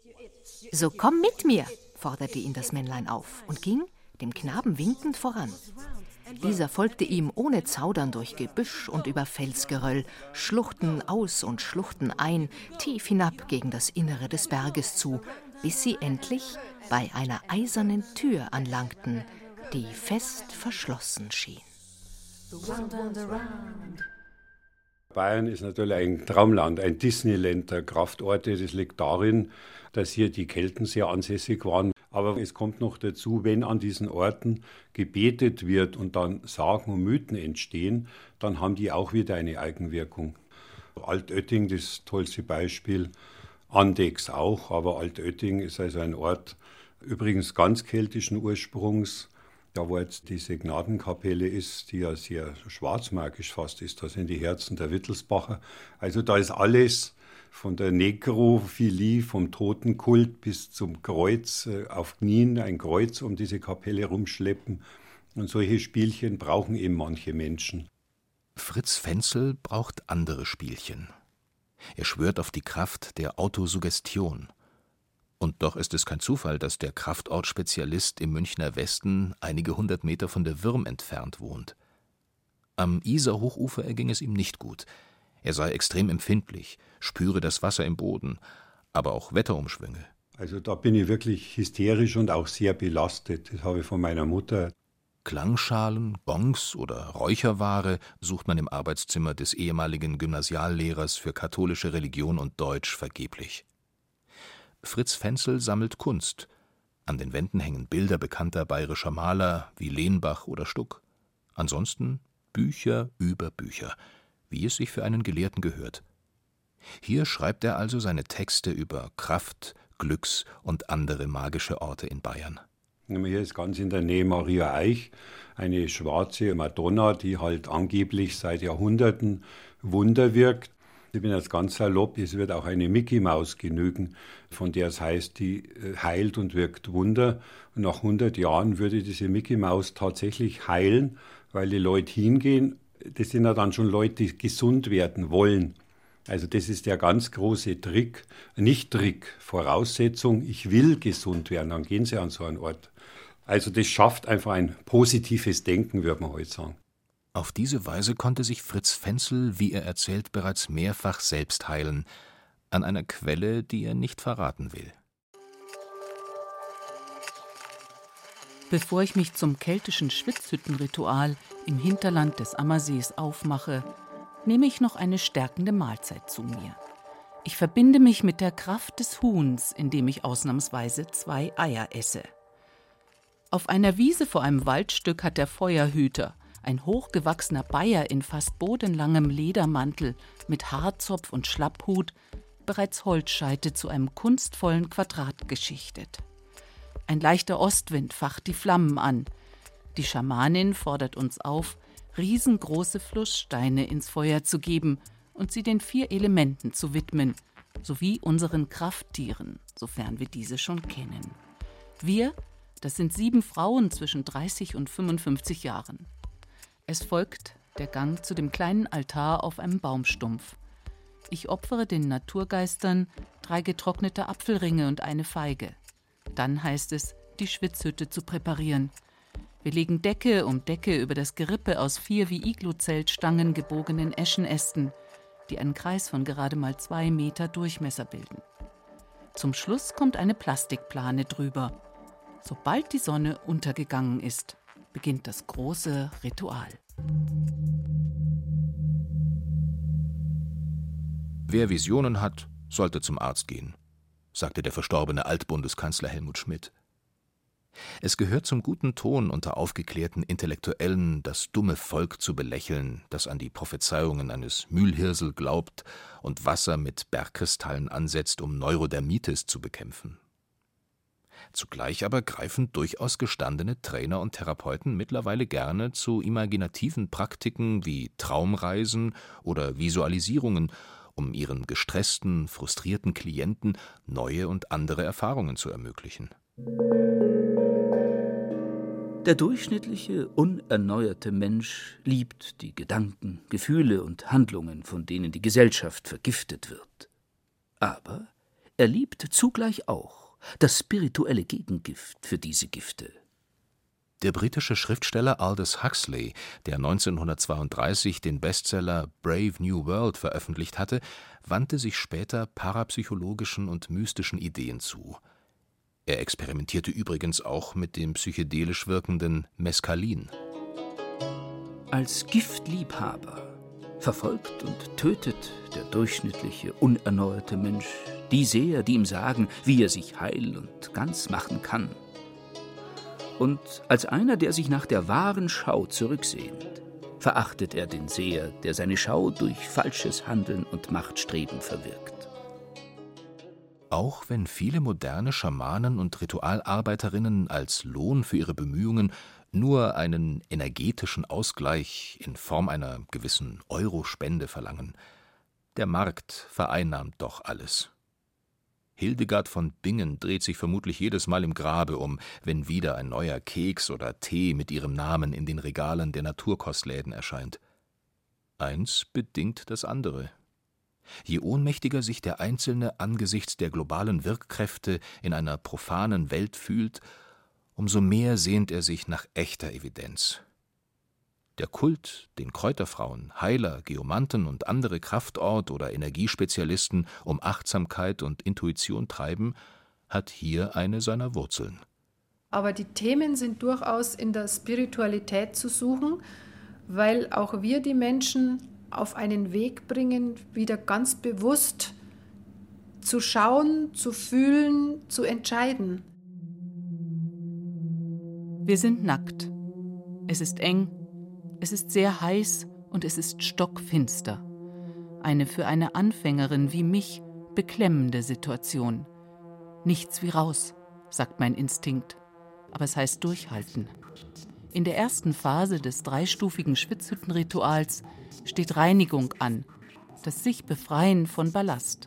So komm mit mir, forderte ihn das Männlein auf und ging, dem Knaben winkend, voran. Dieser folgte ihm ohne Zaudern durch Gebüsch und über Felsgeröll, Schluchten aus und Schluchten ein, tief hinab gegen das Innere des Berges zu, bis sie endlich bei einer eisernen Tür anlangten, die fest verschlossen schien. Bayern ist natürlich ein Traumland, ein Disneyland der Kraftorte. Das liegt darin, dass hier die Kelten sehr ansässig waren. Aber es kommt noch dazu, wenn an diesen Orten gebetet wird und dann Sagen und Mythen entstehen, dann haben die auch wieder eine Eigenwirkung. Altötting, das tollste Beispiel, Andechs auch, aber Altötting ist also ein Ort, übrigens ganz keltischen Ursprungs. Da wo jetzt diese Gnadenkapelle ist, die ja sehr schwarzmärkisch fast ist, da sind die Herzen der Wittelsbacher. Also da ist alles von der Nekrophilie, vom Totenkult bis zum Kreuz, auf Knien ein Kreuz um diese Kapelle rumschleppen. Und solche Spielchen brauchen eben manche Menschen. Fritz Fenzel braucht andere Spielchen. Er schwört auf die Kraft der Autosuggestion. Und doch ist es kein Zufall, dass der Kraftortspezialist im Münchner Westen einige 100 Meter von der Würm entfernt wohnt. Am Isar-Hochufer erging es ihm nicht gut. Er sei extrem empfindlich, spüre das Wasser im Boden, aber auch Wetterumschwünge. Also da bin ich wirklich hysterisch und auch sehr belastet. Das habe ich von meiner Mutter. Klangschalen, Gongs oder Räucherware sucht man im Arbeitszimmer des ehemaligen Gymnasiallehrers für katholische Religion und Deutsch vergeblich. Fritz Fenzel sammelt Kunst. An den Wänden hängen Bilder bekannter bayerischer Maler wie Lenbach oder Stuck. Ansonsten Bücher über Bücher, wie es sich für einen Gelehrten gehört. Hier schreibt er also seine Texte über Kraft, Glücks- und andere magische Orte in Bayern. Hier ist ganz in der Nähe Maria Eich, eine schwarze Madonna, die halt angeblich seit Jahrhunderten Wunder wirkt. Ich bin jetzt ganz salopp, es wird auch eine Mickey-Maus genügen, von der es heißt, die heilt und wirkt Wunder. Und nach 100 Jahren würde diese Mickey-Maus tatsächlich heilen, weil die Leute hingehen. Das sind ja dann schon Leute, die gesund werden wollen. Also das ist der ganz große Trick, nicht Trick, Voraussetzung, ich will gesund werden, dann gehen sie an so einen Ort. Also das schafft einfach ein positives Denken, würde man heute sagen. Auf diese Weise konnte sich Fritz Fenzel, wie er erzählt, bereits mehrfach selbst heilen, an einer Quelle, die er nicht verraten will. Bevor ich mich zum keltischen Schwitzhüttenritual im Hinterland des Ammersees aufmache, nehme ich noch eine stärkende Mahlzeit zu mir. Ich verbinde mich mit der Kraft des Huhns, indem ich ausnahmsweise 2 Eier esse. Auf einer Wiese vor einem Waldstück hat der Feuerhüter, ein hochgewachsener Bayer in fast bodenlangem Ledermantel mit Haarzopf und Schlapphut, bereits Holzscheite zu einem kunstvollen Quadrat geschichtet. Ein leichter Ostwind facht die Flammen an. Die Schamanin fordert uns auf, riesengroße Flusssteine ins Feuer zu geben und sie den 4 Elementen zu widmen, sowie unseren Krafttieren, sofern wir diese schon kennen. Wir, das sind 7 Frauen zwischen 30 und 55 Jahren. Es folgt der Gang zu dem kleinen Altar auf einem Baumstumpf. Ich opfere den Naturgeistern 3 getrocknete Apfelringe und eine Feige. Dann heißt es, die Schwitzhütte zu präparieren. Wir legen Decke um Decke über das Gerippe aus 4 wie Iglu-Zeltstangen gebogenen Eschenästen, die einen Kreis von gerade mal 2 Meter Durchmesser bilden. Zum Schluss kommt eine Plastikplane drüber. Sobald die Sonne untergegangen ist, beginnt das große Ritual. Wer Visionen hat, sollte zum Arzt gehen, sagte der verstorbene Altbundeskanzler Helmut Schmidt. Es gehört zum guten Ton unter aufgeklärten Intellektuellen, das dumme Volk zu belächeln, das an die Prophezeiungen eines Mühlhirsel glaubt und Wasser mit Bergkristallen ansetzt, um Neurodermitis zu bekämpfen. Zugleich aber greifen durchaus gestandene Trainer und Therapeuten mittlerweile gerne zu imaginativen Praktiken wie Traumreisen oder Visualisierungen, um ihren gestressten, frustrierten Klienten neue und andere Erfahrungen zu ermöglichen. Der durchschnittliche, unerneuerte Mensch liebt die Gedanken, Gefühle und Handlungen, von denen die Gesellschaft vergiftet wird. Aber er liebt zugleich auch das spirituelle Gegengift für diese Gifte. Der britische Schriftsteller Aldous Huxley, der 1932 den Bestseller Brave New World veröffentlicht hatte, wandte sich später parapsychologischen und mystischen Ideen zu. Er experimentierte übrigens auch mit dem psychedelisch wirkenden Mescalin. Als Giftliebhaber verfolgt und tötet der durchschnittliche, unerneuerte Mensch die Seher, die ihm sagen, wie er sich heil und ganz machen kann. Und als einer, der sich nach der wahren Schau zurücksehnt, verachtet er den Seher, der seine Schau durch falsches Handeln und Machtstreben verwirkt. Auch wenn viele moderne Schamanen und Ritualarbeiterinnen als Lohn für ihre Bemühungen nur einen energetischen Ausgleich in Form einer gewissen Eurospende verlangen, der Markt vereinnahmt doch alles. Hildegard von Bingen dreht sich vermutlich jedes Mal im Grabe um, wenn wieder ein neuer Keks oder Tee mit ihrem Namen in den Regalen der Naturkostläden erscheint. Eins bedingt das andere. Je ohnmächtiger sich der Einzelne angesichts der globalen Wirkkräfte in einer profanen Welt fühlt, umso mehr sehnt er sich nach echter Evidenz. Der Kult, den Kräuterfrauen, Heiler, Geomanten und andere Kraftort- oder Energiespezialisten um Achtsamkeit und Intuition treiben, hat hier eine seiner Wurzeln. Aber die Themen sind durchaus in der Spiritualität zu suchen, weil auch wir die Menschen auf einen Weg bringen, wieder ganz bewusst zu schauen, zu fühlen, zu entscheiden. Wir sind nackt. Es ist eng. Es ist sehr heiß und es ist stockfinster. Eine für eine Anfängerin wie mich beklemmende Situation. Nichts wie raus, sagt mein Instinkt. Aber es heißt durchhalten. In der ersten Phase des 3-stufigen Schwitzhüttenrituals steht Reinigung an, das Sich-Befreien von Ballast.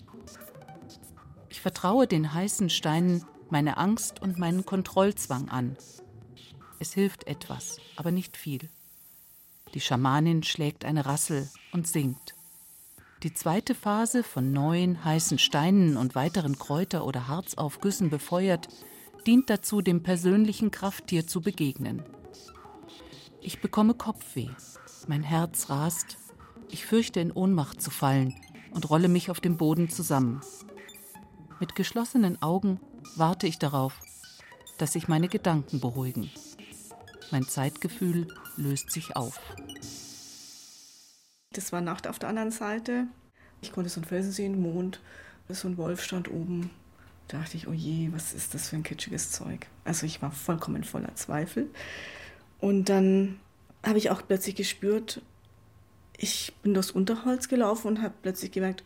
Ich vertraue den heißen Steinen meine Angst und meinen Kontrollzwang an. Es hilft etwas, aber nicht viel. Die Schamanin schlägt eine Rassel und singt. Die zweite Phase, von neuen, heißen Steinen und weiteren Kräuter- oder Harzaufgüssen befeuert, dient dazu, dem persönlichen Krafttier zu begegnen. Ich bekomme Kopfweh, mein Herz rast, ich fürchte, in Ohnmacht zu fallen und rolle mich auf dem Boden zusammen. Mit geschlossenen Augen warte ich darauf, dass sich meine Gedanken beruhigen. Mein Zeitgefühl löst sich auf. Das war Nacht auf der anderen Seite. Ich konnte so einen Felsen sehen, Mond, so ein Wolf stand oben. Da dachte ich, oh je, was ist das für ein kitschiges Zeug? Also ich war vollkommen voller Zweifel. Und dann habe ich auch plötzlich gespürt, ich bin durchs Unterholz gelaufen und habe plötzlich gemerkt,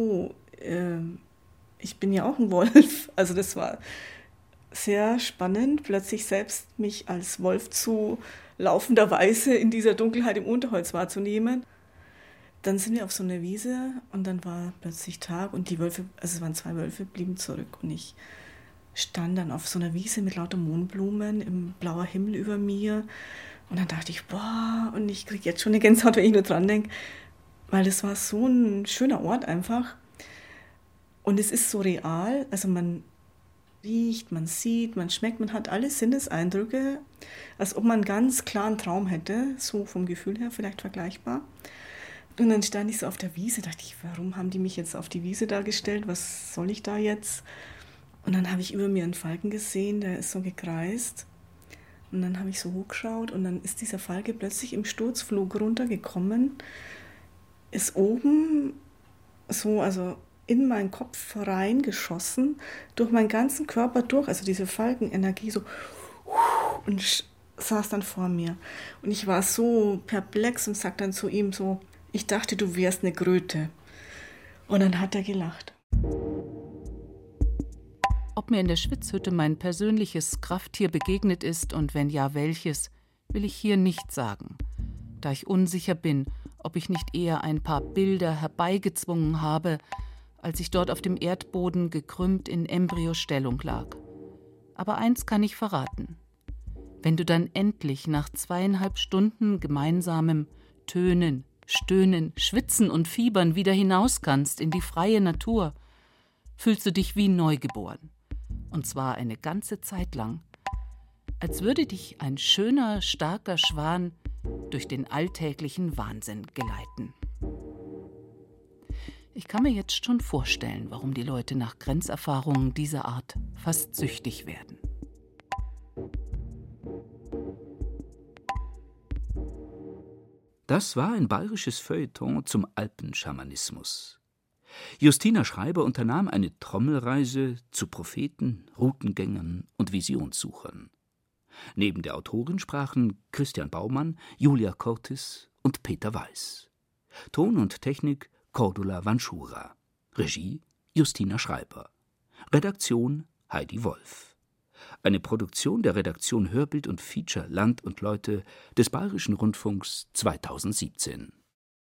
ich bin ja auch ein Wolf. Also das war sehr spannend, plötzlich selbst mich als Wolf zu laufenderweise in dieser Dunkelheit im Unterholz wahrzunehmen. Dann sind wir auf so einer Wiese und dann war plötzlich Tag und die Wölfe, also es waren 2 Wölfe, blieben zurück und ich stand dann auf so einer Wiese mit lauter Mohnblumen, im blauer Himmel über mir und dann dachte ich, boah, und ich kriege jetzt schon eine Gänsehaut, wenn ich nur dran denke, weil das war so ein schöner Ort einfach und es ist so real, also man riecht, man sieht, man schmeckt, man hat alle Sinneseindrücke, als ob man einen ganz klaren Traum hätte, so vom Gefühl her vielleicht vergleichbar. Und dann stand ich so auf der Wiese, dachte ich, warum haben die mich jetzt auf die Wiese da gestellt, was soll ich da jetzt? Und dann habe ich über mir einen Falken gesehen, der ist so gekreist. Und dann habe ich so hochgeschaut und dann ist dieser Falke plötzlich im Sturzflug runtergekommen, ist oben so, also in meinen Kopf reingeschossen, durch meinen ganzen Körper durch, also diese Falkenenergie so und saß dann vor mir. Und ich war so perplex und sagte dann zu ihm so, ich dachte, du wärst eine Kröte. Und dann hat er gelacht. Ob mir in der Schwitzhütte mein persönliches Krafttier begegnet ist und wenn ja, welches, will ich hier nicht sagen, da ich unsicher bin, ob ich nicht eher ein paar Bilder herbeigezwungen habe, als ich dort auf dem Erdboden gekrümmt in Embryostellung lag. Aber eins kann ich verraten. Wenn du dann endlich nach 2,5 Stunden gemeinsamem Tönen, Stöhnen, Schwitzen und Fiebern wieder hinaus kannst in die freie Natur, fühlst du dich wie neugeboren. Und zwar eine ganze Zeit lang. Als würde dich ein schöner, starker Schwan durch den alltäglichen Wahnsinn geleiten. Ich kann mir jetzt schon vorstellen, warum die Leute nach Grenzerfahrungen dieser Art fast süchtig werden. Das war ein bayerisches Feuilleton zum Alpenschamanismus. Justina Schreiber unternahm eine Trommelreise zu Propheten, Routengängern und Visionssuchern. Neben der Autorin sprachen Christian Baumann, Julia Cortis und Peter Weiß. Ton und Technik Cordula Vanschura. Regie Justina Schreiber. Redaktion Heidi Wolf. Eine Produktion der Redaktion Hörbild und Feature Land und Leute des Bayerischen Rundfunks 2017.